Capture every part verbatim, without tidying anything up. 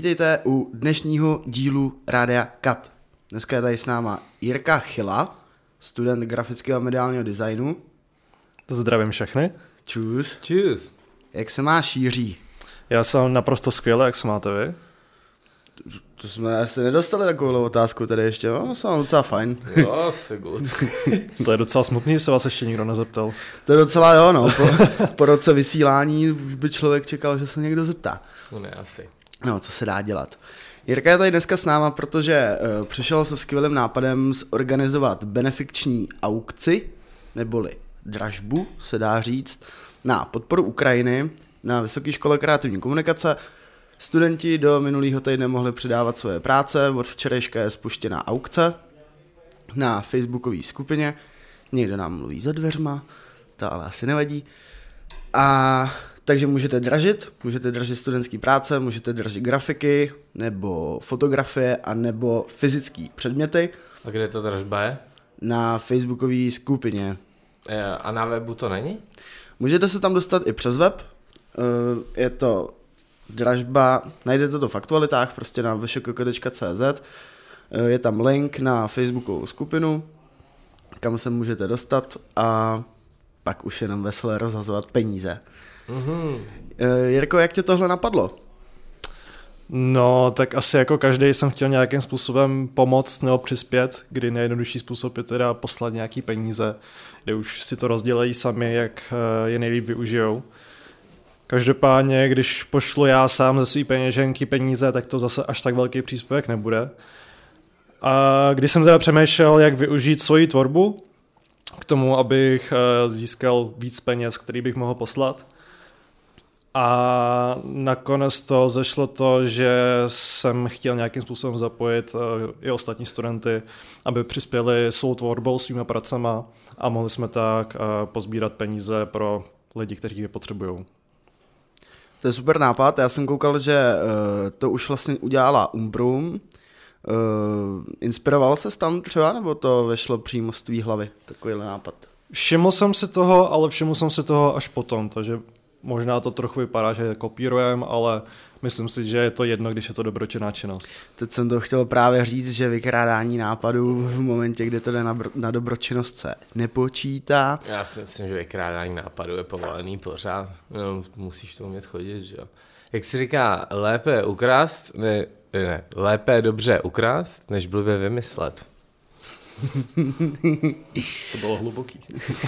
vítejte u dnešního dílu Rádia Kat. Dneska je tady s náma Jirka Chyla, student grafického a mediálního designu. Zdravím všechny. Čus. Čus. Jak se máš, Jiří? Já jsem naprosto skvěle, jak se máte vy? To jsme asi nedostali takovou otázku tady ještě, no, jsem docela fajn. Jo, asi good. To je docela smutný, že se vás ještě nikdo nezeptal. To je docela jo, no, po, po roce vysílání už by člověk čekal, že se někdo zeptá. No ne, asi. No, co se dá dělat. Jirka je tady dneska s náma, protože uh, přišel se skvělým nápadem zorganizovat benefikční aukci, neboli dražbu, se dá říct, na podporu Ukrajiny na Vysoké škole kreativní komunikace. Studenti do minulého týdne mohli přidávat svoje práce, od včerejška je spuštěná aukce na facebookové skupině. Někdo nám mluví za dveřma, to ale asi nevadí. A takže můžete dražit, můžete dražit studentské práce, můžete dražit grafiky, nebo fotografie, a nebo fyzické předměty. A kde to dražba je? Na facebookové skupině. A na webu to není? Můžete se tam dostat i přes web. Je to dražba, najdete to v aktualitách, prostě na v š k k tečka c z. Je tam link na facebookovou skupinu, kam se můžete dostat a pak už jenom veselé rozhazovat peníze. Mm-hmm. Jirko, jak tě tohle napadlo? No, tak asi jako každý jsem chtěl nějakým způsobem pomoct nebo přispět, kdy nejjednodušší způsob je teda poslat nějaký peníze, kde už si to rozdělají sami, jak je nejlíp využijou. Každopádně, když pošlu já sám ze svý peněženky peníze, tak to zase až tak velký příspěvek nebude. A když jsem teda přemýšlel, jak využít svoji tvorbu k tomu, abych získal víc peněz, který bych mohl poslat, a nakonec to zešlo to, že jsem chtěl nějakým způsobem zapojit i ostatní studenty, aby přispěli svou tvorbou, svýma pracema a mohli jsme tak pozbírat peníze pro lidi, kteří je potřebují. To je super nápad, já jsem koukal, že uh, to už vlastně udělala Umbrum. Uh, inspiroval ses tam třeba, nebo to vešlo přímo z tvý hlavy, takovýhle nápad? Všiml jsem si toho, ale všiml jsem si toho až potom, takže možná to trochu vypadá, že kopírujem, ale myslím si, že je to jedno, když je to dobročinná činnost. Teď jsem to chtěl právě říct, že vykrádání nápadů v momentě, kdy to jde na, br- na dobročinnost, se nepočítá. Já si myslím, že vykrádání nápadů je povolený pořád, no, musíš to umět chodit, že jo. Jak se říká, lépe ukrást, ne, ne, lépe dobře ukrást, než blbě vymyslet. To bylo hluboký.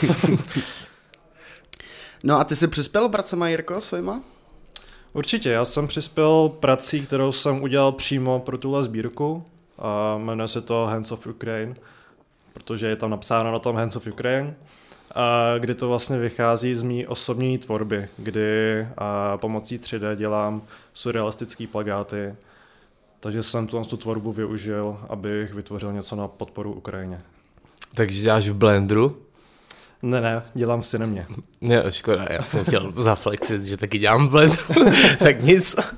No a ty jsi přispěl pracema, Jirko, svýma? Určitě, já jsem přispěl prací, kterou jsem udělal přímo pro tuhle sbírku a jmenuje se to Hands of Ukraine, protože je tam napsáno na tom Hands of Ukraine, a kdy to vlastně vychází z mý osobní tvorby, kdy a pomocí tři dé dělám surrealistický plakáty, takže jsem tu, tu tvorbu využil, abych vytvořil něco na podporu Ukrajině. Takže děláš v Blenderu? Ne, ne, dělám v Cinemě. Ne, škoda, já jsem chtěl zaflexit, že taky dělám v Blenderu, tak nic. Uh,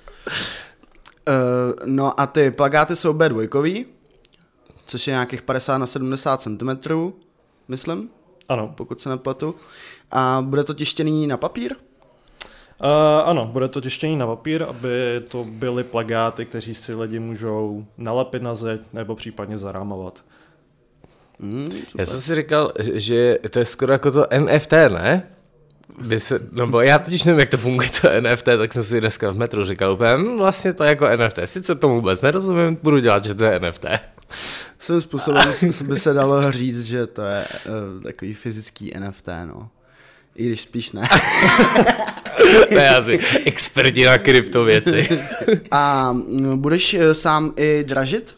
no a ty plakáty jsou bé dva, což je nějakých padesát na sedmdesát centimetrů, myslím, Ano. pokud se nepletu. A bude to tištěný na papír? Uh, ano, bude to tištění na papír, aby to byly plakáty, kteří si lidi můžou nalepit na zeď nebo případně zarámovat. Mm, Já jsem si říkal, že to je skoro jako to en ef té, ne? By se, no bo já totiž nevím, jak to funguje to en ef té, tak jsem si dneska v metru říkal úplně, vlastně to je jako en ef té. Sice tomu vůbec nerozumím, budu dělat, že to je en ef té. Svým způsobem by se dalo říct, že to je uh, takový fyzický en ef té, no. I když spíš ne. To je asi experti na kryptověci. A no, budeš uh, sám i dražit?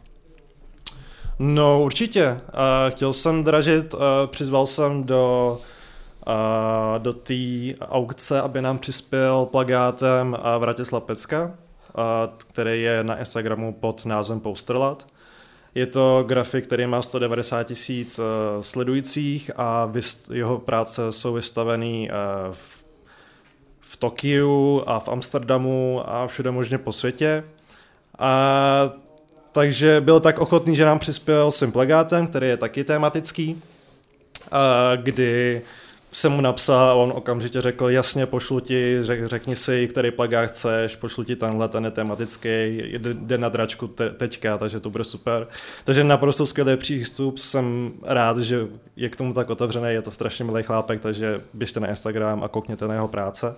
No určitě. Uh, chtěl jsem dražit, uh, přizval jsem do, uh, do té aukce, aby nám přispěl plakátem uh, Vratislav Pecka, uh, který je na Instagramu pod názvem Posterlat. Je to grafik, který má sto devadesát tisíc uh, sledujících a vyst- jeho práce jsou vystavený uh, v, v Tokiu a v Amsterdamu a všude možně po světě. A takže byl tak ochotný, že nám přispěl svým plakátem, který je taky tematický, kdy jsem mu napsal a on okamžitě řekl, jasně, pošlu ti, řek, řekni si, který plagát chceš, pošlu ti tenhle, ten je tematický, jde na dračku te, teďka, takže to bude super. Takže naprosto skvělý přístup, jsem rád, že je k tomu tak otevřený, je to strašně milý chlápek, takže běžte na Instagram a koukněte na jeho práce.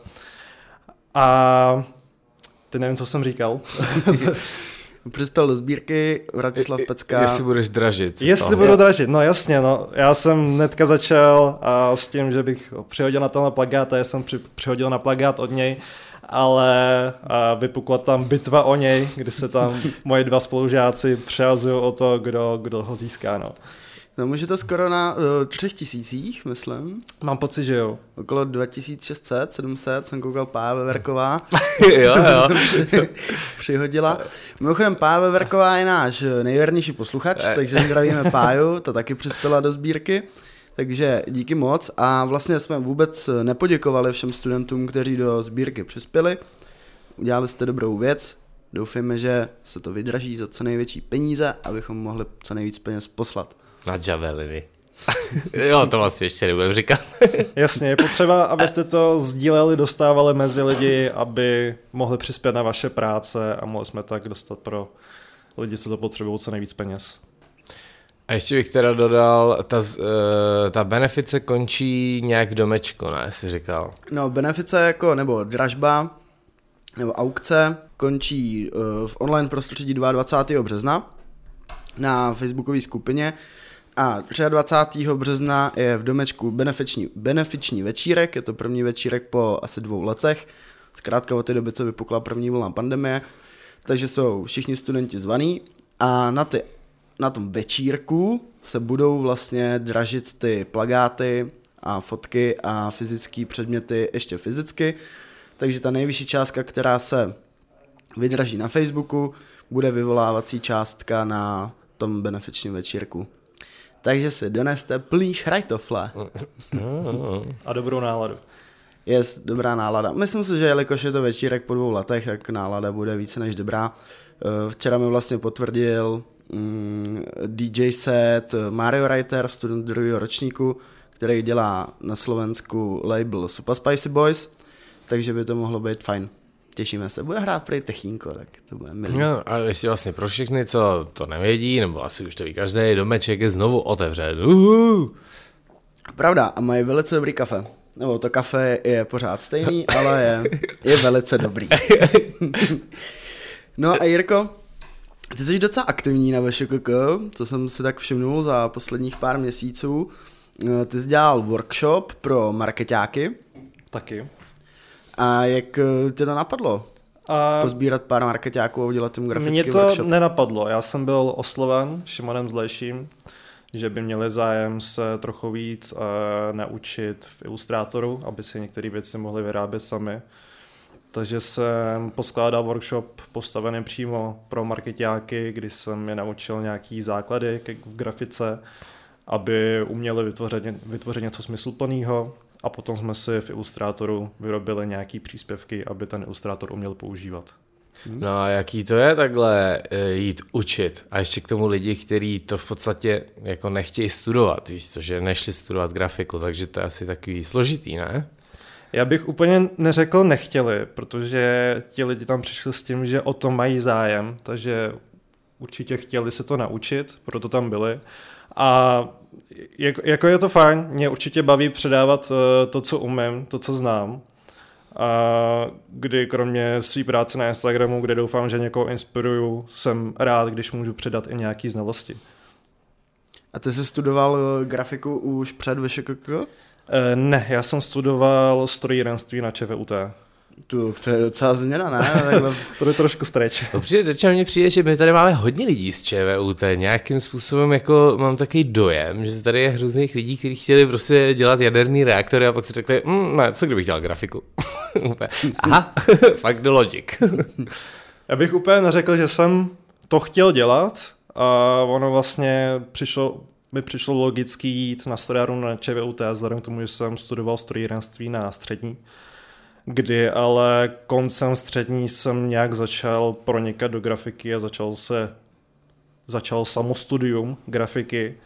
A teď nevím, co jsem říkal. Přispěl do sbírky Vratislav Pecka. Jestli budeš dražit. Jestli budu dražit, no jasně, no. Já jsem hnedka začal a s tím, že bych přihodil na tenhle plagát, a já jsem při, přihodil na plagát od něj, ale a vypukla tam bitva o něj, kdy se tam moje dva spolužáci přehazují o to, kdo, kdo ho získá, no. No, může to skoro na uh, třech tisících, myslím. Mám pocit, že jo. Okolo dva tisíce šest set, sedm set, jsem koukal Pája Veverková. jo, jo. Přihodila. Mimochodem, Pája Veverková je náš nejvěrnější posluchač, takže zdravíme Páju, ta taky přispěla do sbírky. Takže díky moc a vlastně jsme vůbec nepoděkovali všem studentům, kteří do sbírky přispěli. Udělali jste dobrou věc. Doufáme, že se to vydraží za co největší peníze, abychom mohli co nejvíc peněz poslat. Na javeliny. Jo, to vlastně ještě nebudem říkat. Jasně, je potřeba, abyste to sdíleli, dostávali mezi lidi, aby mohli přispět na vaše práce a mohli jsme tak dostat pro lidi, co to potřebují, co nejvíc peněz. A ještě bych teda dodal, ta, uh, ta benefice končí nějak v domečku, ne, jsi říkal. No, benefice jako, nebo dražba, nebo aukce končí uh, v online prostředí dvacátého druhého března na facebookové skupině a dvacátého třetího března je v domečku benefiční, benefiční večírek, je to první večírek po asi dvou letech, zkrátka od té doby, co vypukla první vlna pandemie, takže jsou všichni studenti zvaní a na, ty, na tom večírku se budou vlastně dražit ty plagáty a fotky a fyzické předměty ještě fyzicky, takže ta nejvyšší částka, která se vydraží na Facebooku, bude vyvolávací částka na tom benefičním večírku. Takže si doneste plný šrajtofle. A dobrou náladu. Je yes, dobrá nálada. Myslím si, že jelikož je to večírek po dvou letech, tak nálada bude více než dobrá. Včera mi vlastně potvrdil mm, D J set Mario Writer, student druhého ročníku, který dělá na Slovensku label Super Spicy Boys, takže by to mohlo být fajn. Těšíme se, bude hrát prý Techínko, tak to bude milý. No, a ještě vlastně pro všechny, co to nevědí, nebo asi už to ví každý, domeček je znovu otevřen. Uhu. Pravda, a mají velice dobrý kafe. Nebo to kafe je pořád stejný, ale je, je velice dobrý. No a Jirko, ty jsi docela aktivní na V Š K K, co jsem si tak všimnul za posledních pár měsíců. Ty jsi dělal workshop pro markeťáky. Taky. A jak tě to napadlo? A pozbírat pár markeťáků a udělat jim grafický workshop? Mě to workshop. nenapadlo. Já jsem byl osloven Šimonem Zlejším, že by měli zájem se trochu víc uh, naučit v Illustratoru, aby si některé věci mohli vyrábět sami. Takže jsem poskládal workshop postavený přímo pro markeťáky, kdy jsem je naučil nějaký základy v grafice, aby uměli vytvořit, vytvořit něco smysluplného. A potom jsme si v Illustratoru vyrobili nějaký příspěvky, aby ten Illustrator uměl používat. No a jaký to je takhle jít učit? A ještě k tomu lidi, kteří to v podstatě jako nechtějí studovat, víš co, že nešli studovat grafiku, takže to je asi takový složitý, ne? Já bych úplně neřekl nechtěli, protože ti lidi tam přišli s tím, že o to mají zájem, takže určitě chtěli se to naučit, proto tam byli. A jako je to fajn, mě určitě baví předávat to, co umím, to, co znám. A kdy kromě své práce na Instagramu, kde doufám, že někoho inspiruju, jsem rád, když můžu předat i nějaké znalosti. A ty jsi studoval grafiku už před V Š K K? Ne, já jsem studoval strojírenství na Č V U T. Tu, to je docela změna, ne? Takhle... To je trošku stretch. Dobře, začal mně přijde, že my tady máme hodně lidí z Č V U T. Nějakým způsobem jako mám takový dojem, že tady je hrozných lidí, kteří chtěli prostě dělat jaderný reaktory a pak si řekli, mm, ne, co kdybych dělal grafiku? Aha, fakt do Logic. Já bych úplně neřekl, že jsem to chtěl dělat a ono vlastně přišlo, mi přišlo logicky jít na strojářinu na Č V U T, vzhledem k tomu, že jsem studoval strojírenství na střední, kdy ale koncem střední jsem nějak začal pronikat do grafiky a začal se začal samostudium grafiky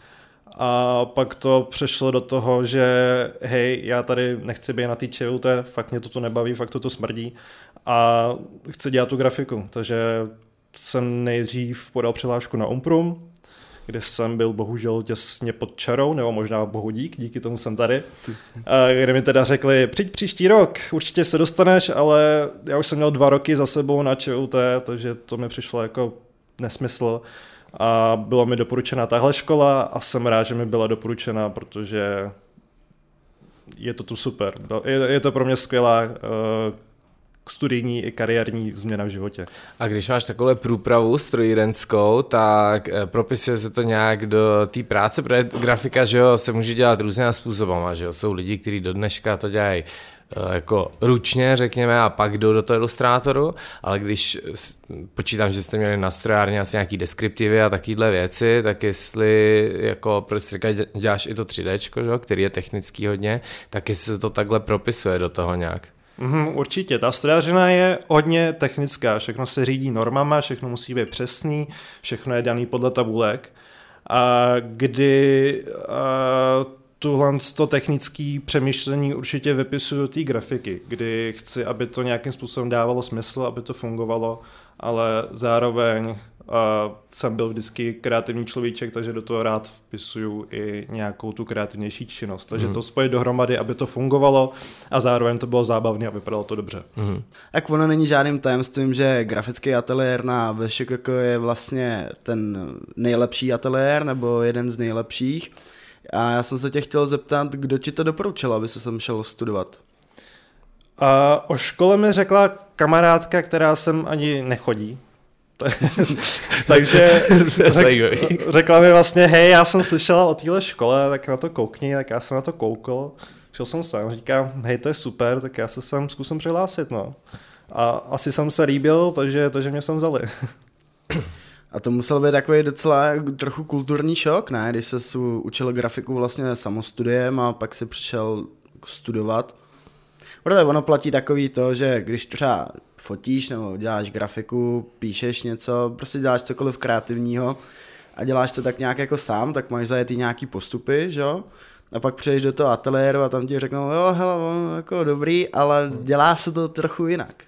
A pak to přešlo do toho, že hej, já tady nechci být na té ČVUT, fakt mě to tu nebaví, fakt to tu smrdí a chci dělat tu grafiku. Takže jsem nejdřív podal přihlášku na Umprum, kde jsem byl bohužel těsně pod čarou, nebo možná bohu dík, díky tomu jsem tady, kde mi teda řekli, přijď příští rok, určitě se dostaneš, ale já už jsem měl dva roky za sebou na ČVUT, takže to mi přišlo jako nesmysl. A byla mi doporučena tahle škola a jsem rád, že mi byla doporučena, protože je to tu super. Je, je to pro mě skvělá uh, studijní i kariérní změna v životě. A když máš takovou průpravu strojírenskou, tak propisuje se to nějak do té práce, protože grafika, že jo, se může dělat různými způsobama, že jo, jsou lidi, kteří do dneška to dělají jako ručně, řekněme, a pak jdou do toho ilustrátoru, ale když počítám, že jste měli na strojárně asi nějaký deskriptivy a takovéhle věci, tak jestli jako prostě děláš i to tři déčko, že? Který je technický hodně, tak jestli se to takhle propisuje do toho nějak. Mm, určitě, ta strojařina je hodně technická, všechno se řídí normama, všechno musí být přesný, všechno je daný podle tabulek, a kdy a, tuhle to technické přemýšlení určitě vypisuju do té grafiky, kdy chci, aby to nějakým způsobem dávalo smysl, aby to fungovalo, ale zároveň uh, jsem byl vždycky kreativní človíček, takže do toho rád vpisuju i nějakou tu kreativnější činnost. Takže mm. to spojit dohromady, aby to fungovalo a zároveň to bylo zábavné a vypadalo to dobře. Mm. Tak ono není žádným tajemstvím, že grafický ateliér na V Š K K je vlastně ten nejlepší ateliér nebo jeden z nejlepších. A já jsem se tě chtěl zeptat, kdo ti to doporučil, aby se sem šel studovat? A o škole mi řekla kamarádka, která sem ani nechodí. Takže řek, řekla mi vlastně, hej, já jsem slyšela o téhle škole, tak na to koukni, tak já jsem na to koukl. Šel jsem sem, říkám, hej, to je super, tak já se sem zkusím přihlásit, no. A asi jsem se líbil, takže, takže mě sem vzali. A to musel být takový docela trochu kulturní šok, ne? Když se učil grafiku vlastně samostudiem a pak si přišel studovat. Protože ono platí takový to, že když třeba fotíš nebo děláš grafiku, píšeš něco, prostě děláš cokoliv kreativního a děláš to tak nějak jako sám, tak máš zajetý nějaký postupy, že jo? A pak přijdeš do toho ateliéru a tam ti řeknou, jo, hele, ono jako dobrý, ale dělá se to trochu jinak.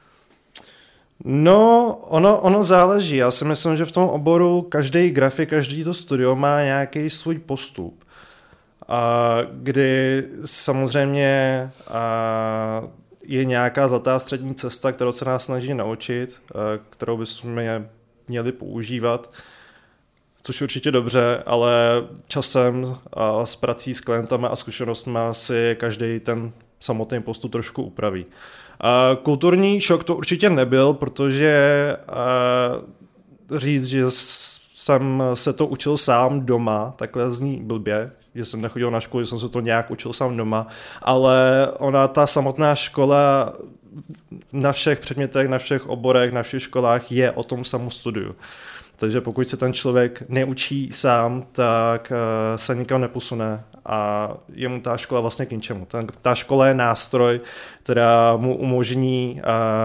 No, ono, ono záleží. Já si myslím, že v tom oboru každý grafik, každý to studio má nějaký svůj postup. A kdy samozřejmě a je nějaká zlatá střední cesta, kterou se nás snaží naučit, kterou bychom měli používat, což určitě dobře, ale časem a s prací s klientama a zkušenostmi si každý ten samotný postup trošku upraví. A kulturní šok to určitě nebyl, protože říct, že jsem se to učil sám doma, takhle zní blbě, že jsem nechodil na školu, že jsem se to nějak učil sám doma, ale ona, ta samotná škola na všech předmětech, na všech oborech, na všech školách je o tom samostudiu. Takže pokud se ten člověk neučí sám, tak se nikam neposune a je mu ta škola vlastně k ničemu. Ta, ta škola je nástroj, která mu umožní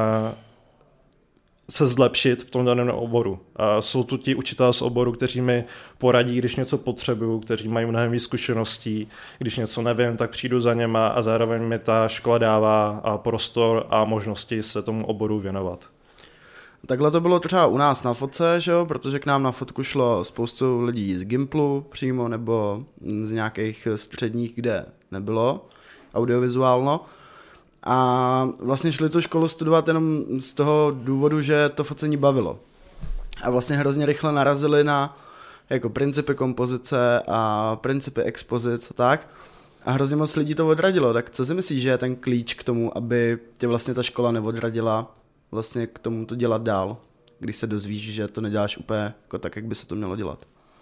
se zlepšit v tom daném oboru. A jsou tu ti učitelé z oboru, kteří mi poradí, když něco potřebuju, kteří mají mnohem víc zkušeností, když něco nevím, tak přijdu za něma a zároveň mi ta škola dává prostor a možnosti se tomu oboru věnovat. Takhle to bylo třeba u nás na fotce, že jo? Protože k nám na fotku šlo spoustu lidí z Gimplu přímo nebo z nějakých středních, kde nebylo audiovizuálno. A vlastně šli tu školu studovat jenom z toho důvodu, že to focení bavilo. A vlastně hrozně rychle narazili na jako principy kompozice a principy expozic a tak. A hrozně moc lidí to odradilo. Tak co si myslíš, že je ten klíč k tomu, aby tě vlastně ta škola neodradila vlastně k tomu to dělat dál, když se dozvíš, že to neděláš úplně jako tak, jak by se to mělo dělat?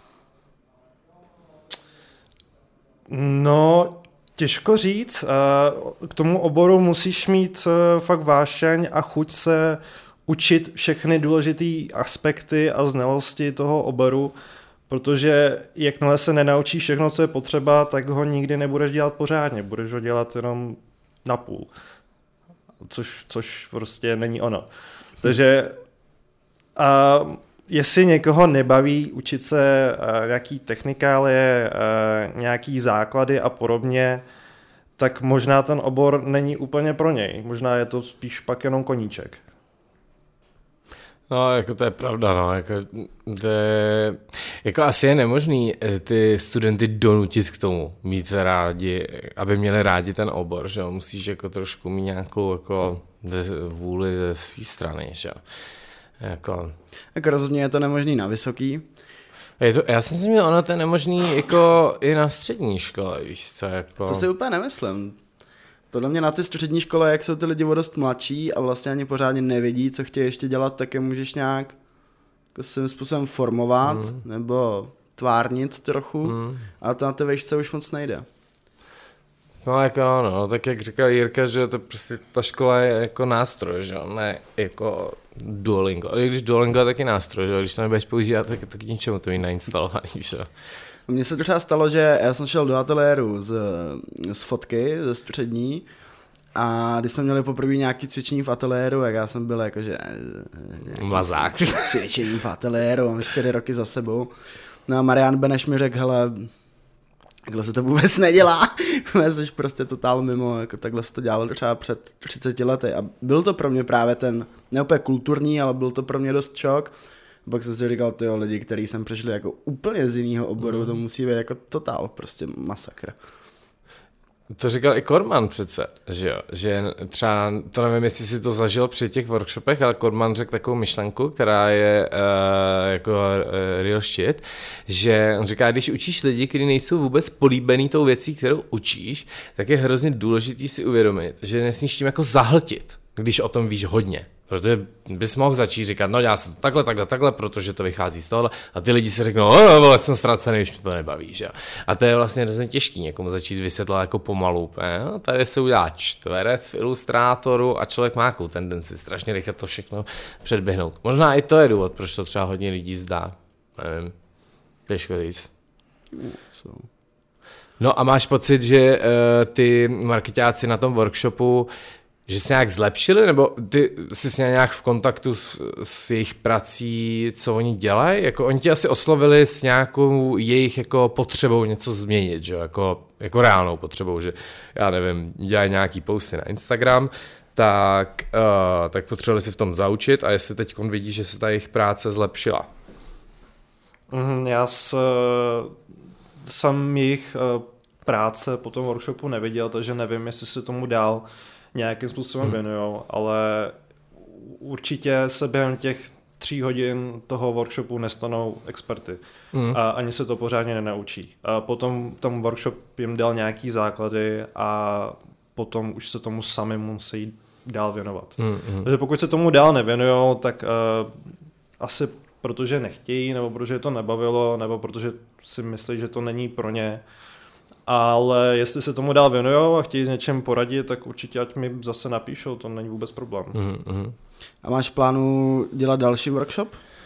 No, těžko říct. K tomu oboru musíš mít fakt vášeň a chuť se učit všechny důležité aspekty a znalosti toho oboru, protože jakmile se nenaučíš všechno, co je potřeba, tak ho nikdy nebudeš dělat pořádně, budeš ho dělat jenom na půl. Což, což prostě není ono. Takže a jestli někoho nebaví učit se uh, nějaký technikálie, uh, nějaký základy a podobně, tak možná ten obor není úplně pro něj. Možná je to spíš pak jenom koníček. No, jako to je pravda, no, jako, to je, jako asi je nemožný ty studenty donutit k tomu, mít rádi, aby měli rádi ten obor, že jo, musíš jako trošku mít nějakou jako vůli ze své strany, že jo, jako. Tak rozhodně je to nemožný na vysoký. Je to, já si myslím, že ono to je nemožný jako i na střední škole, víš co, jako. To si úplně nemyslím. Podle mě na ty střední škole, jak jsou ty lidi o dost mladší a vlastně ani pořádně nevědí, co chtějí ještě dělat, tak je můžeš nějak jako svým způsobem formovat mm. nebo tvárnit trochu, mm. ale to na té výšce už moc nejde. No jako no, tak jak říkal Jirka, že to prostě ta škola je jako nástroj, že ne jako Duolingo. Ale když Duolingo je taky nástroj, že když to nebudeš používat, tak je to k ničemu to mít nainstalovaný, že. Mně se to třeba stalo, že já jsem šel do ateliéru z, z fotky, ze střední, a když jsme měli poprvé nějaké cvičení v ateliéru, jak já jsem byl jakože... Mazák. Cvičení v ateliéru, mám čtyři roky za sebou. No a Marian Beneš mi řekl, hele, takhle se to vůbec nedělá, jsi prostě totál mimo, jako takhle se to dělalo třeba před třiceti lety. A byl to pro mě právě ten, ne úplně kulturní, ale byl to pro mě dost šok. Pak jsem si říkal, tyjo, lidi, kteří sem přišli jako úplně z jiného oboru, mm. to musí být jako totál prostě masakr. To říkal i Korman přece, že jo, že třeba, to nevím, jestli si to zažil při těch workshopech, ale Korman řekl takovou myšlenku, která je uh, jako uh, real shit, že on říká, když učíš lidi, kteří nejsou vůbec políbený tou věcí, kterou učíš, tak je hrozně důležitý si uvědomit, že nesmíš tím jako zahltit, když o tom víš hodně. Protože bys mohl začít říkat, no dělá se to takhle, takhle, takhle, protože to vychází z tohohle a ty lidi si řeknou, no, vole, jsem ztracený, už mě to nebaví, že? A to je vlastně hrozně těžký někomu začít vysvětlovat jako pomalu. No, tady se udělá čtverec v ilustrátoru a člověk má jakou tendenci strašně rychle to všechno předběhnout. Možná i to je důvod, proč to třeba hodně lidí vzdá. Nevím, těžko říct. No a máš pocit, že uh, ty marketáci na tom workshopu že se nějak zlepšili, nebo ty jsi nějak v kontaktu s, s jejich prací, co oni dělají? Jako oni tě asi oslovili s nějakou jejich jako potřebou něco změnit, že? Jako, jako reálnou potřebou, že já nevím, dělají nějaký posty na Instagram, tak, uh, tak potřebovali si v tom zaučit a jestli teď vidíš, že se ta jejich práce zlepšila. Mm, já s, jsem jejich uh, práce po tom workshopu neviděl, takže nevím, jestli se tomu dál nějakým způsobem hmm. věnujou, ale určitě se během těch tří hodin toho workshopu nestanou experty hmm. a ani se to pořádně nenaučí. A potom tam workshop jim dal nějaký základy a potom už se tomu sami musí dál věnovat. Hmm. Takže pokud se tomu dál nevěnujou, tak uh, asi protože nechtějí, nebo protože to nebavilo, nebo protože si myslí, že to není pro ně. Ale jestli se tomu dál věnujou a chtějí s něčem poradit, tak určitě ať mi zase napíšou, to není vůbec problém. Mm-hmm. A máš v plánu dělat další workshop?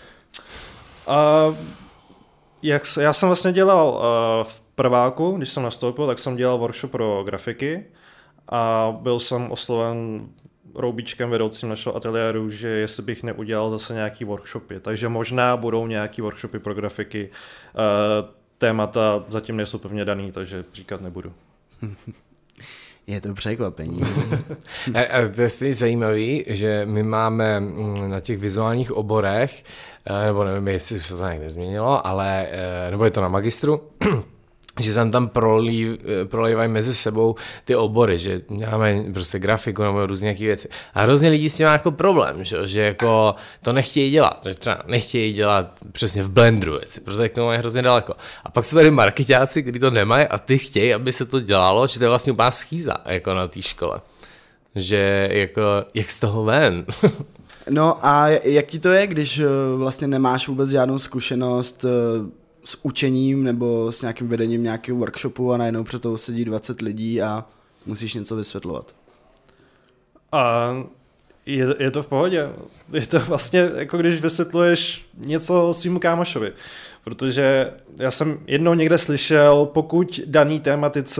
A jak, já jsem vlastně dělal uh, v prváku, když jsem nastoupil, tak jsem dělal workshop pro grafiky a byl jsem osloven Roubíčkem, vedoucím našeho ateliéru, že jestli bych neudělal zase nějaký workshopy. Takže možná budou nějaký workshopy pro grafiky. Uh, témata zatím nejsou pevně daný, takže říkat nebudu. Je to překvapení. a, a to je stejně zajímavý, že my máme na těch vizuálních oborech, nebo nevím, jestli se to nějak nezměnilo, ale, nebo je to na magistru, že se tam prolív, prolívají mezi sebou ty obory, že máme prostě grafiku nebo různé nějaké věci. A hrozně lidí s tím má jako problém, že, že jako to nechtějí dělat, že třeba nechtějí dělat přesně v Blenderu věci, protože k tomu mají hrozně daleko. A pak jsou tady marketáci, kteří to nemají a ty chtějí, aby se to dělalo, že to je vlastně úplná schýza jako na té škole. Že jako, jak z toho ven? No a jaký to je, když vlastně nemáš vůbec žádnou zkušenost s učením nebo s nějakým vedením nějakého workshopu a najednou před tou sedí dvacet lidí a musíš něco vysvětlovat? A je, je to v pohodě. Je to vlastně jako když vysvětluješ něco svýmu kámošovi. Protože já jsem jednou někde slyšel, pokud daný tématice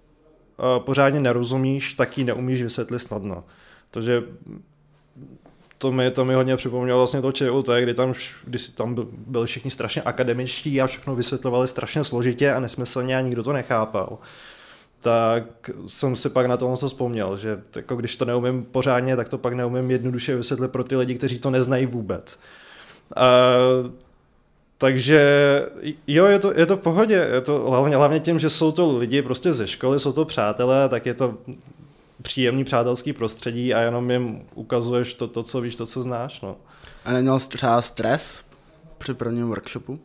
pořádně nerozumíš, tak ji neumíš vysvětlit snadno. Takže to mi, to mi hodně připomnělo vlastně to ČUT, kdy tam, když tam byli všichni strašně akademičtí a všechno vysvětlovali strašně složitě a nesmyslně a nikdo to nechápal. Tak jsem si pak na to vzpomněl, že jako když to neumím pořádně, tak to pak neumím jednoduše vysvětlit pro ty lidi, kteří to neznají vůbec. A, takže jo, je to, je to v pohodě, je to hlavně, hlavně tím, že jsou to lidi prostě ze školy, jsou to přátelé, tak je to příjemný přátelský prostředí a jenom jim ukazuješ to, to co víš, to, co znáš. No. A neměl jsi třeba stres při prvním workshopu?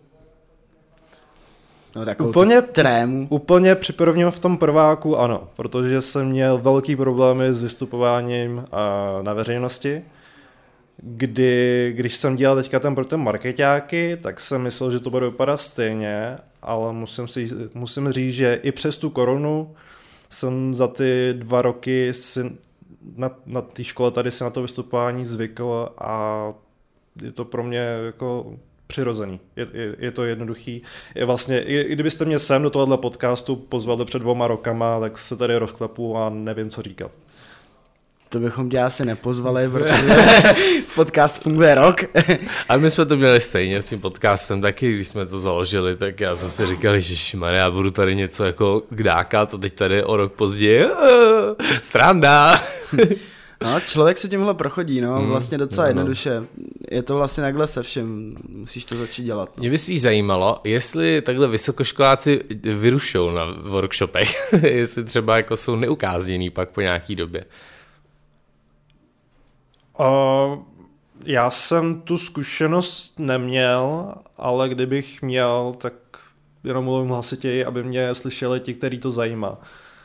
No, úplně, trému. úplně při prvním v tom prváku ano, protože jsem měl velký problémy s vystupováním na veřejnosti, kdy, když jsem dělal teďka ten pro ten markeťáky, tak jsem myslel, že to bude vypadat stejně, ale musím, si, musím říct, že i přes tu koronu jsem za ty dva roky si na, na té škole tady si na to vystupování zvykl a je to pro mě jako přirozený. Je, je, je to jednoduchý. Je vlastně, i, i kdybyste mě sem do tohohle podcastu pozvali před dvoma rokama, tak se tady rozklepu a nevím, co říkat. To bychom tě asi nepozvali, protože podcast funguje rok. A my jsme to měli stejně s tím podcastem taky, když jsme to založili, tak já jsem si říkal, ježišmarja, já budu tady něco jako kdáka, to teď tady o rok později, sranda. No, člověk se tímhle prochodí, no, hmm, vlastně docela no, jednoduše. Je to vlastně takhle se všem, musíš to začít dělat. No. Mě by spíš zajímalo, jestli takhle vysokoškoláci vyrušou na workshopech, jestli třeba jako jsou neukázněný pak po nějaký době. Uh, já jsem tu zkušenost neměl, ale kdybych měl, tak jenom mluvím hlasitěji, aby mě slyšeli ti, který to zajímá.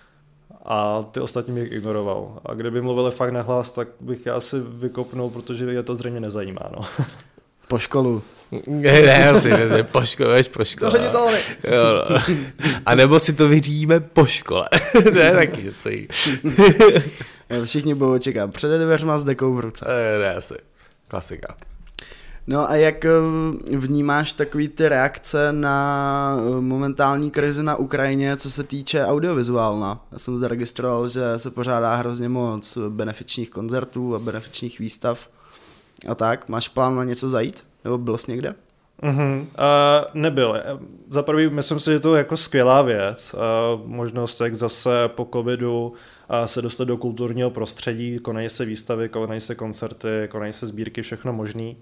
A ty ostatní bych ignoroval. A kdyby mluvili fakt nahlas, tak bych je asi vykopnul, protože je to zřejmě nezajímá. No. Po školu. Ne, ne, si ne, po škole, po škole. To ředitelny. No. A nebo si to vyřídíme po škole. To je taky něco jiného. Všichni budou čekat před dveřma s dekou v ruce. Ne, ne, asi. Klasika. No a jak vnímáš takový ty reakce na momentální krizi na Ukrajině, co se týče audiovizuálna? Já jsem zaregistroval, že se pořádá hrozně moc benefičních koncertů a benefičních výstav a tak. Máš plán na něco zajít? Nebo byl jsi někde? Uh-huh. Uh, nebyl. Za prvý myslím si, že to je jako skvělá věc. Uh, možnost jak zase po covidu uh, se dostat do kulturního prostředí, konají se výstavy, konají se koncerty, konají se sbírky, všechno možný.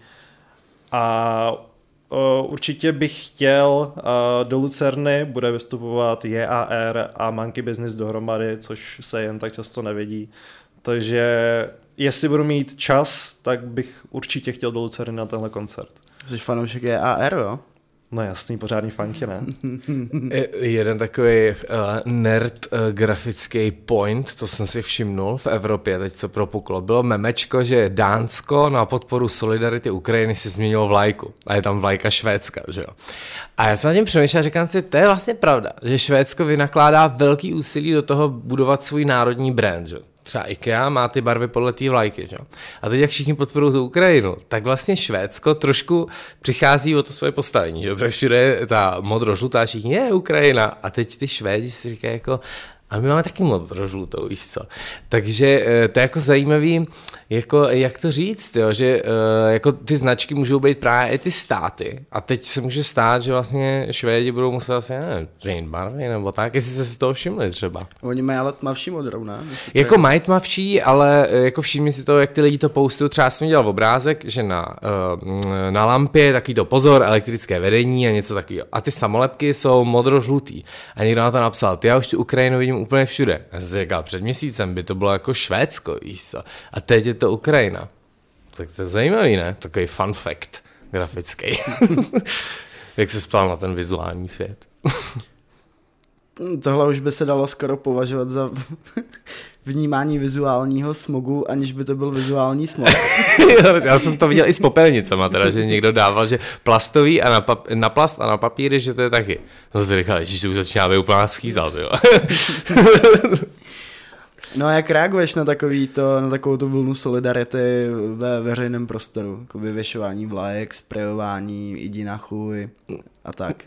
A uh, určitě bych chtěl uh, do Lucerny, bude vystupovat J A R a Monkey Business dohromady, což se jen tak často nevidí. Takže jestli budu mít čas, tak bych určitě chtěl do Lucerny na tenhle koncert. Jsi fanoušek J A R, jo? No jasný, pořádný funky, ne? Jeden takový uh, nerd uh, grafický point, co jsem si všimnul v Evropě, teď co propuklo, bylo memečko, že Dánsko na podporu solidarity Ukrajiny si změnilo vlajku. A je tam vlajka Švédska, že jo. A já jsem na tím přemýšlel a říkám si, to je vlastně pravda, že Švédsko vynakládá velký úsilí do toho budovat svůj národní brand, že jo. Třeba IKEA má ty barvy podle té vlajky, že? A teď jak všichni podporují tu Ukrajinu, tak vlastně Švédsko trošku přichází o to svoje postavení, že? Protože všude je ta modro-žlutá, všichni je Ukrajina a teď ty Švédi si říkají jako, a my máme taky modro-žlutou, víš co. Takže to je jako zajímavý, jako, jak to říct, jo? Že jako ty značky můžou být právě i ty státy a teď se může stát, že vlastně Švédi budou muset asi, nevím, změnit barvy nebo tak, jestli se z toho všimli třeba. Oni mají ale tmavší modrou, ne? Jako mají tmavší, ale jako všimni si to, jak ty lidi to postují, třeba jsem dělal obrázek, že na, na lampě je takový to pozor, elektrické vedení a něco takového. A ty samolepky jsou modro-žlutý. A někdo na to napsal, ty já už tu Ukrajinu vidím úplně všude. Já jsem si říkal, před měsícem by to bylo jako Švédsko, víš co? A teď je to Ukrajina. Tak to je zajímavý, ne? Takový fun fact grafický. Jak se spal na ten vizuální svět. Tohle už by se dalo skoro považovat za vnímání vizuálního smogu, aniž by to byl vizuální smog. Já jsem to viděl i s popelnicama, teda, že někdo dával, že plastový a na, pap- na plast a na papíry, že to je taky. No si říkal, že už začíná být úplná schýzal, jo. No a jak reaguješ na, takový to, na takovou tu vlnu solidarity ve veřejném prostoru? Jako vyvěšování vlajek, sprejování, jdi na chuj a tak.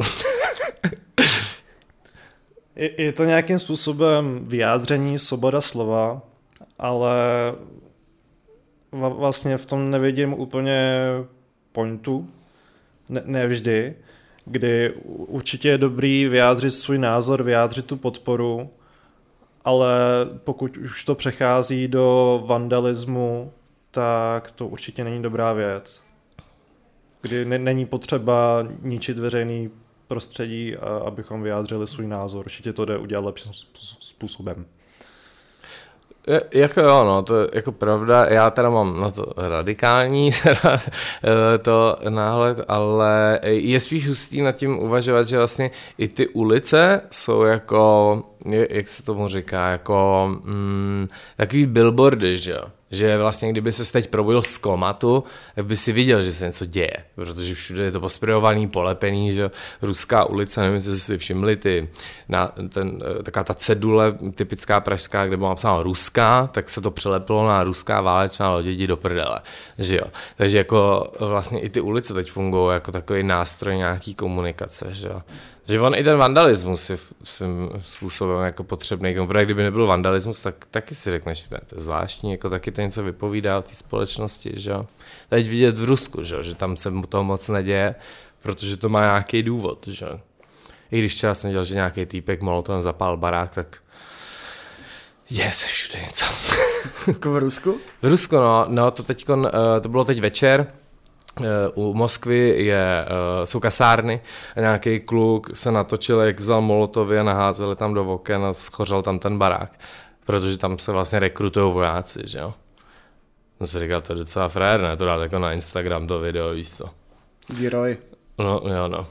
Je, je to nějakým způsobem vyjádření, svoboda slova, ale vlastně v tom nevidím úplně pointu, ne, ne vždy, kdy určitě je dobrý vyjádřit svůj názor, vyjádřit tu podporu, ale pokud už to přechází do vandalismu, tak to určitě není dobrá věc. Kdy ne, není potřeba ničit veřejný prostředí, a, abychom vyjádřili svůj názor. Určitě to jde udělat lepším způsobem. Je, jako jo, no, to je jako pravda, já teda mám na to radikální teda, to náhled, ale je spíš hustý nad tím uvažovat, že vlastně i ty ulice jsou jako, jak se tomu říká, jako mm, takový billboardy, že jo. Že vlastně kdyby se teď probudil z komatu, tak by si viděl, že se něco děje, protože všude je to posprejovaný, polepený, že Ruská ulice, nevím, jestli si všimli, ty, na, ten, taková ta cedule typická pražská, kde bylo napsáno Ruská, tak se to přelepilo na Ruská válečná loď, jdi do prdele, že jo. Takže jako vlastně i ty ulice teď fungují jako takový nástroj nějaký komunikace, že jo. Že on i ten vandalismus je svým způsobem jako potřebný. Protože kdyby nebyl vandalismus, tak taky si řekneš, že to je zvláštní, jako taky to něco vypovídá o té společnosti, že jo. Teď vidět v Rusku, že jo, že tam se toho moc neděje, protože to má nějaký důvod, že jo. I když včera jsem dělal, že nějaký týpek molotovem zapál barák, tak je se všude něco. Jako v Rusku? V Rusku, no, no to, teďkon, to bylo teď večer. U Moskvy je, jsou kasárny a nějaký kluk se natočil, jak vzal molotovy a naházeli tam do oken a schořel tam ten barák, protože tam se vlastně rekrutují vojáci, že jo. No se říká, to je docela frajer, ne? To dát jako na Instagram to video, víš co. Gíroj. No, jo, no.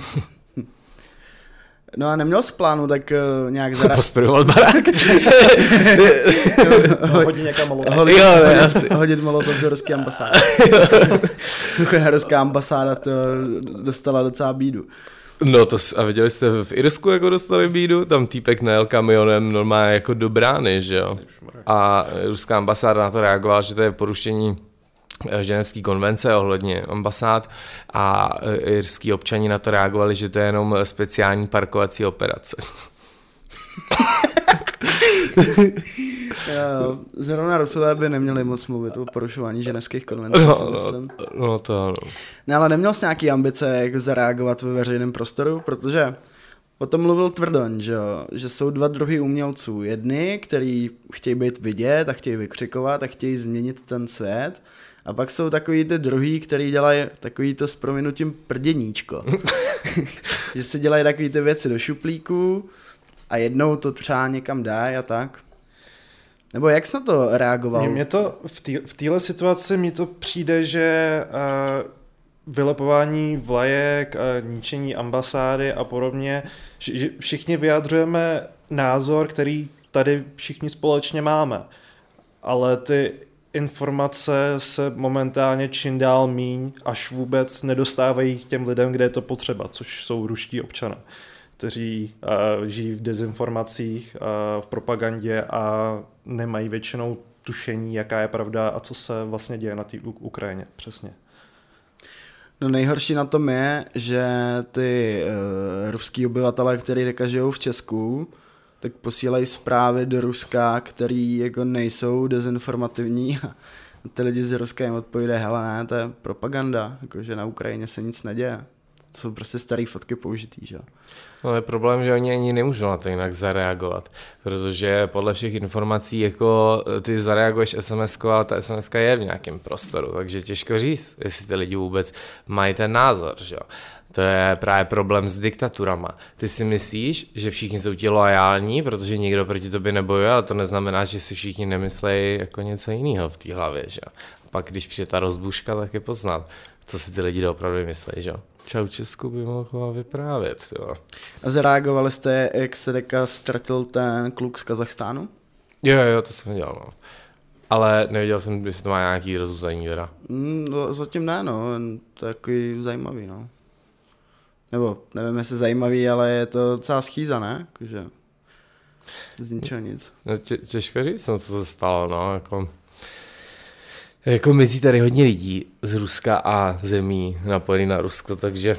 No a neměl jsi plánu tak uh, nějak zareagovat? Posprvovat barák? no, hodit někam molotov. Hodit, jo, hodit, hodit molotov do ruské ambasády. Ruská ambasáda to dostala docela bídu. No to a viděli jste v Irsku, jako dostali bídu? Tam týpek najel kamionem normálně jako do brány, že jo? A ruská ambasáda na to reagovala, že to je porušení ženevské konvence ohledně ambasád a irský občani na to reagovali, že to je jenom speciální parkovací operace. Zrovna Rusové by neměli moc mluvit o porušování ženevských konvencí, no, si myslím. No, no to ano. No ale neměl jsi nějaký ambice, jak zareagovat ve veřejném prostoru, protože o tom mluvil Tvrdon, že, že jsou dva druhy umělců. Jedni, kteří chtějí být vidět a chtějí vykřikovat a chtějí změnit ten svět. A pak jsou takový ty druhý, který dělají takový to s prominutím prděníčko. Že si dělají takový ty věci do šuplíku a jednou to třeba někam dají a tak. Nebo jak jsi na to reagoval? Mně to v téhle situaci mi to přijde, že uh, vylepování vlajek, uh, ničení ambasády a podobně, že všichni vyjadřujeme názor, který tady všichni společně máme. Ale ty informace se momentálně čím dál míň, až vůbec nedostávají k těm lidem, kde je to potřeba, což jsou ruští občané, kteří uh, žijí v dezinformacích, uh, v propagandě a nemají většinou tušení, jaká je pravda a co se vlastně děje na té Ukrajině. Přesně. No nejhorší na tom je, že ty uh, ruský obyvatelé, kteří teďka žijou v Česku, tak posílají zprávy do Ruska, který jako nejsou dezinformativní a ty lidi z Ruska jim odpovídají, hele ne, to je propaganda, jakože na Ukrajině se nic neděje. To jsou prostě staré fotky použitý, že jo. No je problém, že oni ani nemůžou na to jinak zareagovat, protože podle všech informací jako ty zareaguješ es em eskou, ale ta es em eska je v nějakém prostoru, takže těžko říct, jestli ty lidi vůbec mají ten názor, že jo. To je právě problém s diktaturama. Ty si myslíš, že všichni jsou ti loajální, protože nikdo proti tobě nebojuje, ale to neznamená, že si všichni nemyslejí jako něco jiného v té hlavě, že jo. Pak když přijde ta rozbuška, tak je poznat, co si ty lidi opravdu myslí, že jo. Čau Česku by mohl vyprávět, jo. A zareagovali jste, jak se deka ztratil ten kluk z Kazachstánu? Jo, jo, to jsem viděl, no. Ale nevěděl jsem, jestli to má nějaký rozuzení teda. Mm, no, zatím ne, no, to je takový zajímavý, no. Nebo nevím, jestli zajímavý, ale je to docela schýza, ne? Jakože z ničeho nic. No, tě, těžko říct, no, co se stalo, no, jako... Jako mizí tady hodně lidí z Ruska a zemí napojený na Rusko, takže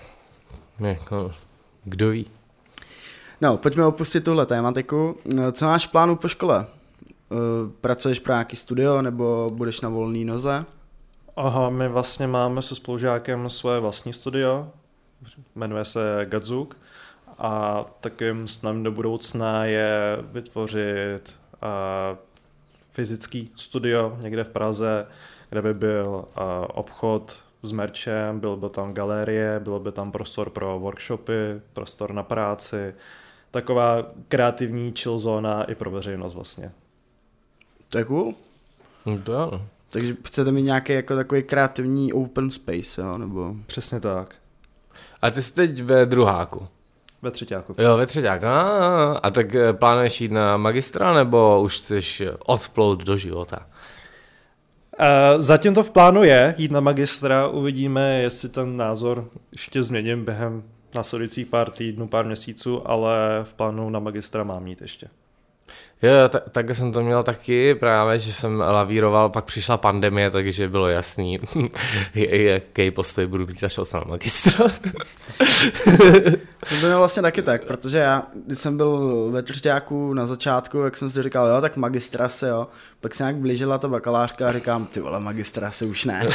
jako, kdo ví. No, pojďme opustit tuhle tématiku. Co máš v plánu po škole? pracuješ pro nějaký studio nebo budeš na volný noze? Aha, my vlastně máme se spolužákem svoje vlastní studio, jmenuje se Gadzuk a takovým snem do budoucna je vytvořit uh, fyzický studio někde v Praze, kde by byl uh, obchod s merčem, byl by tam galerie, byl by tam prostor pro workshopy, prostor na práci, taková kreativní chill zóna i pro veřejnost vlastně. To je cool. No to ano. Takže chcete mít nějaký jako takový kreativní open space, jo, nebo... Přesně tak. A ty jsi teď ve druháku. Ve třetíku. Jo, ve třetíku. A, a tak plánuješ jít na magistra, nebo už chceš odplout do života? Uh, zatím to v plánu je jít na magistra, uvidíme, jestli ten názor ještě změním během následujících pár týdnů, pár měsíců, ale v plánu na magistra mám jít ještě. Jo, tak, tak jsem to měl taky, právě, že jsem lavíroval, pak přišla pandemie, takže bylo jasný, jaký postoj budu mít, a šel jsem na magistra. To bylo vlastně taky tak, protože já, když jsem byl ve třetíku na začátku, jak jsem si říkal, jo, tak magistra se, jo, pak se nějak blížila ta bakalářka a říkám, ty vole, magistra se už ne.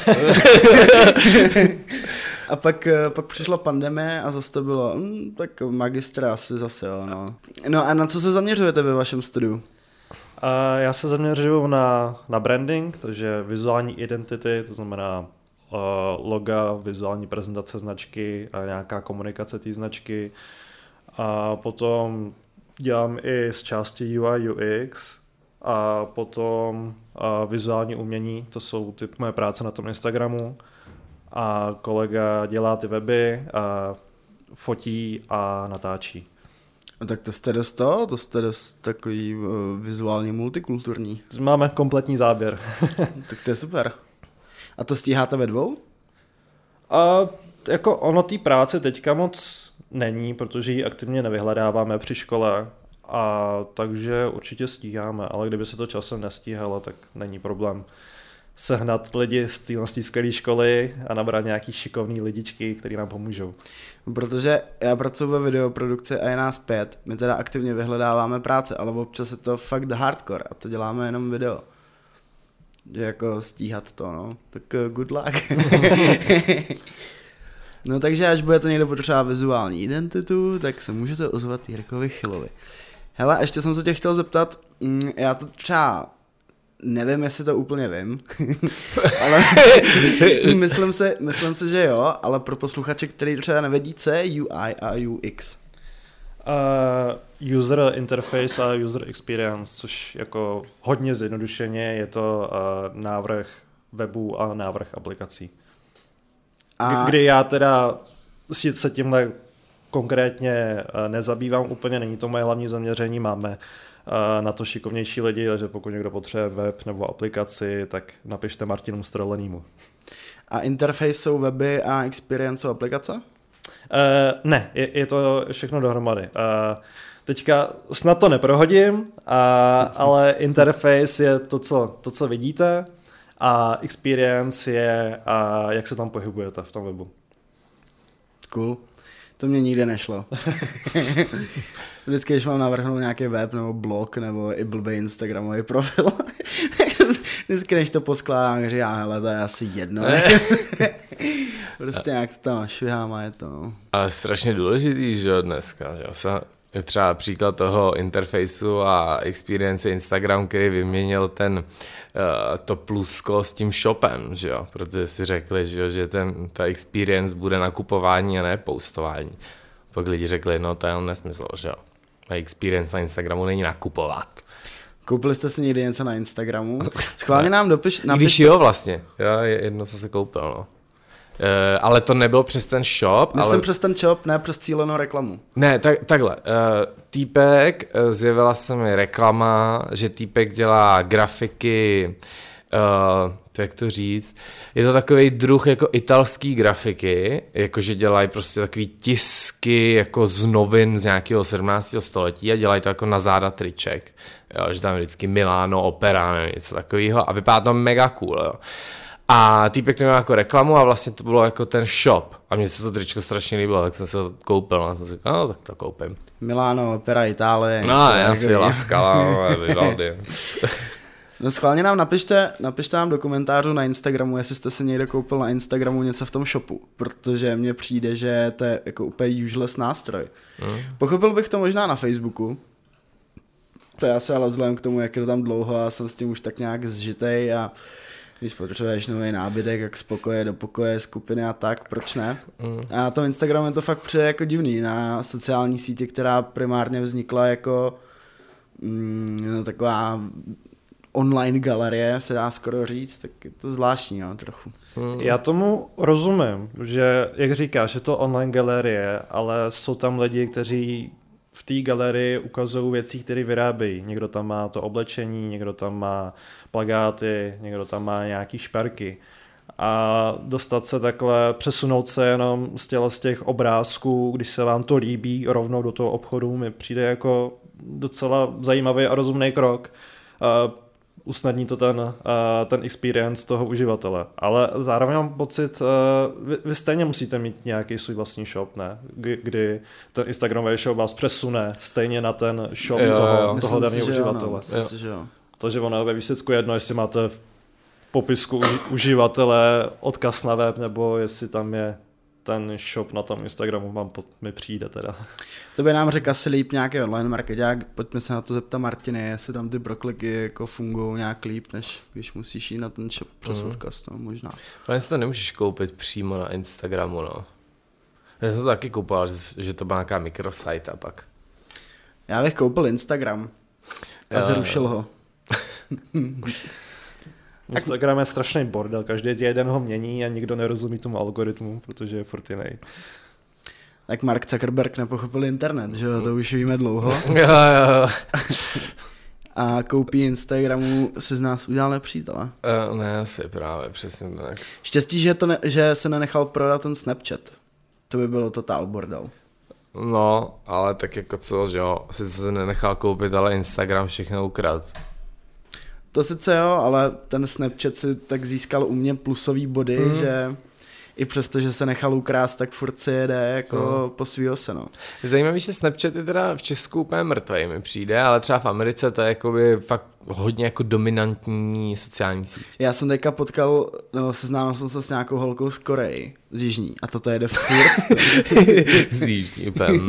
A pak, pak přišla pandemie a zase to bylo, hm, tak magistra asi zase, jo, no. No a na co se zaměřujete ve vašem studiu? Uh, já se zaměřuju na, na branding, takže vizuální identity, to znamená uh, loga, vizuální prezentace značky a nějaká komunikace té značky. A potom dělám i z části U I U X a potom uh, vizuální umění, to jsou ty moje práce na tom Instagramu. A kolega dělá ty weby, a fotí a natáčí. No tak to jste dost to, to jste dost takový uh, vizuálně multikulturní. Máme kompletní záběr. Tak to je super. A to stíháte ve dvou? A jako ono té práce teďka moc není, protože ji aktivně nevyhledáváme při škole, a takže určitě stíháme, ale kdyby se to časem nestíhalo, tak není problém sehnat lidi z téhle skvělé školy a nabrat nějaký šikovný lidičky, který nám pomůžou. Protože já pracuji ve videoprodukci a je nás pět. My teda aktivně vyhledáváme práce, ale občas je to fakt hardcore a to děláme jenom video. Že jako stíhat to, no. Tak good luck. No takže až budete někdo potřebovat vizuální identitu, tak se můžete ozvat Jirkovi Chylovi. Hele, ještě jsem se tě chtěl zeptat, já to třeba nevím, jestli to úplně vím, ale myslím si, myslím si, že jo, ale pro posluchače, který třeba nevědí, co je U I a U X. Uh, user interface a user experience, což jako hodně zjednodušeně je to uh, návrh webů a návrh aplikací. A... Kdy já teda se tímhle konkrétně uh, nezabývám úplně, není to moje hlavní zaměření, máme na to šikovnější lidi, takže pokud někdo potřebuje web nebo aplikaci, tak napište Martinu Strolenýmu. A interface jsou weby a experience jsou aplikace? Uh, ne, je, je to všechno dohromady. Uh, teďka snad to neprohodím, uh, ale interface je to co, to, co vidíte, a experience je, uh, jak se tam pohybujete v tom webu. Cool. To mě nikdy nešlo. Vždycky, když mám navrhnout nějaký web nebo blog nebo i blbý Instagramový profil, vždycky, než to poskládám, říkám, hele, to je asi jedno. Prostě nějak to tam švihám a je to, no. Ale strašně důležitý, že jo, dneska, že jo, třeba příklad toho interfejsu a experience Instagram, který vyměnil ten uh, to plusko s tím shopem, že jo, protože si řekli, že, jo, že ten, ta experience bude nakupování a ne postování. Pak lidi řekli, no to je nesmysl, že jo. A experience na Instagramu není nakupovat. Koupili jste si někdy něco na Instagramu? Schválně nám dopiš... Napiš... Když jo vlastně, já jedno co se koupil, no. Uh, ale to nebylo přes ten shop. Myslím ale... přes ten shop, ne přes cílenou reklamu. Ne, tak, takhle. Uh, týpek, uh, zjevila se mi reklama, že týpek dělá grafiky, uh, to jak to říct, je to takový druh jako italský grafiky, jakože dělají prostě takový tisky jako z novin z nějakého sedmnáctého století a dělají to jako na záda triček. Jo, že tam vždycky Milano, opera, nevím, něco takového a vypadá to mega cool, jo. A týpek měl jako reklamu a vlastně to bylo jako ten shop. A mně se to tričko strašně líbilo, tak jsem si ho koupil. A jsem si říkal, no tak to koupím. Milano, opera, Itálie. No, já si laskala, Vivaldi. No schválně nám napište, napište nám do komentářů na Instagramu, jestli jste si někde koupil na Instagramu něco v tom shopu, protože mně přijde, že to je jako úplně useless nástroj. Hmm. Pochopil bych to možná na Facebooku, to je asi ale vzhledem k tomu, jak je to tam dlouho a jsem s tím už tak nějak zžitej a když potřebuješ nový nábytek, jak z pokoje do pokoje, skupiny a tak, proč ne? Hmm. A na tom Instagramu to fakt přijde jako divný, na sociální síti, která primárně vznikla jako mm, taková online galerie, se dá skoro říct, tak je to zvláštní, no, trochu. Hmm. Já tomu rozumím, že, jak říkáš, je to online galerie, ale jsou tam lidi, kteří v té galerii ukazují věci, které vyrábějí. Někdo tam má to oblečení, někdo tam má plakáty, někdo tam má nějaký šperky. A dostat se takhle, přesunout se jenom z těla z těch obrázků, když se vám to líbí, rovnou do toho obchodu, mi přijde jako docela zajímavý a rozumný krok. Usnadní to ten, uh, ten experience toho uživatele. Ale zároveň mám pocit, uh, vy, vy stejně musíte mít nějaký svůj vlastní shop, ne? Kdy, kdy ten Instagramový shop vás přesune stejně na ten shop jo, toho, jo. toho daného uživatele. Myslím, že jo. Takže ono ve výsledku jedno, jestli máte v popisku uži- uživatele odkaz na web, nebo jestli tam je ten shop na tom Instagramu, mám pod, mi přijde teda. To by nám řekl asi líp nějaký online marketák, pojďme se na to zeptat Martiny, jestli tam ty prokliky jako fungují nějak líp, než když musíš jít na ten shop přes mm. odkaz, no, možná. Ale si to nemůžeš koupit přímo na Instagramu, no. Já jsem to taky koupil, že, že to má nějaká mikrosite a pak. Já bych koupil Instagram a jo, zrušil jo. ho. Instagram je strašný bordel, každý jeden ho mění a nikdo nerozumí tomu algoritmu, protože je furt jiný. Tak Mark Zuckerberg nepochopil internet, že jo, to už víme dlouho. Jo, jo. A koupí Instagramu se z nás udělal nepřítele. Uh, ne, asi právě, přesně tak. Štěstí, že, to ne, že se nenechal prodat ten Snapchat. To by bylo totál bordel. No, ale tak jako co, že jo, sice se nenechal koupit, ale Instagram všechno ukrad. To sice jo, ale ten Snapchat si tak získal u mě plusový body, mm. že i přesto, že se nechal ukrást, tak furt si jede jako mm. po svýho se, no. Zajímavý, že Snapchat je teda v Česku úplně mrtvej, mi přijde, ale třeba v Americe to je jakoby fakt hodně jako dominantní sociální síť. Já jsem teďka potkal, no seznámil jsem se s nějakou holkou z Koreji, z Jižní, a tato jede furt. Z Jižní,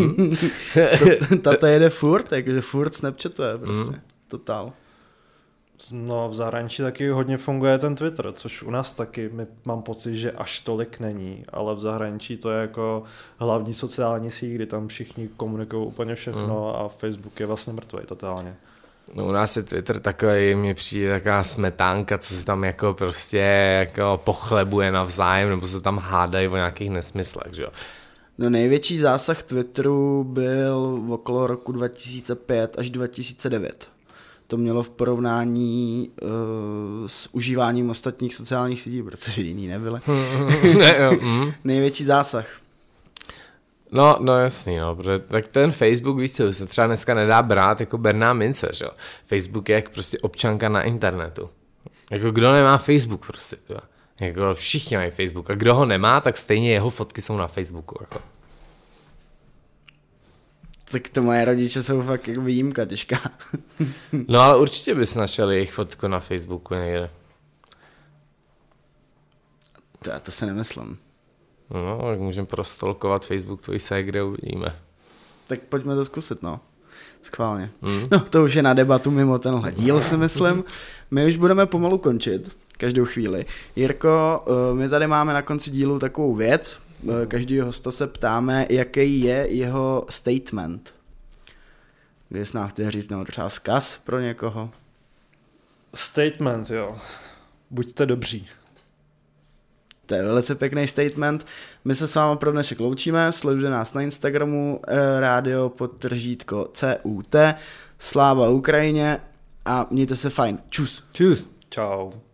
Tato jede furt, jakože furt Snapchatuje prostě, mm. totál. No v zahraničí taky hodně funguje ten Twitter, což u nás taky my, mám pocit, že až tolik není, ale v zahraničí to je jako hlavní sociální síť, kdy tam všichni komunikují úplně všechno mm. a Facebook je vlastně mrtvej totálně. No u nás je Twitter takový, mně přijde taková smetánka, co se tam jako prostě jako pochlebuje navzájem, nebo se tam hádají o nějakých nesmyslech, že jo. No největší zásah Twitteru byl v okolo roku dva tisíce pět až dva tisíce devět. To mělo v porovnání uh, s užíváním ostatních sociálních sítí, protože jiný nebyly. Největší zásah. No, no jasný, no, protože tak ten Facebook, víš co, se třeba dneska nedá brát jako berná mince, že jo. Facebook je jak prostě občanka na internetu. Jako kdo nemá Facebook prostě, to. Jako všichni mají Facebook a kdo ho nemá, tak stejně jeho fotky jsou na Facebooku, jako. Tak to moje rodiče jsou fakt jako výjimka těžká. No ale určitě bys našel jejich fotku na Facebooku někde. To já to se nemyslím. No, tak můžeme prostolkovat Facebook tvojí se, kde uvidíme. Tak pojďme to zkusit, no. Schválně. Mm. No, to už je na debatu mimo tenhle díl, si myslím. My už budeme pomalu končit, každou chvíli. Jirko, my tady máme na konci dílu takovou věc. Každý hosta se ptáme, jaký je jeho statement. Když nám chtěl říct, no, třeba vzkaz pro někoho. Statement, jo. Buďte dobří. To je velice pěkný statement. My se s vámi pro dnešek loučíme, sledujte nás na Instagramu rádio podtržítko C U T, sláva Ukrajině a mějte se fajn. Čus. Čus. Čau.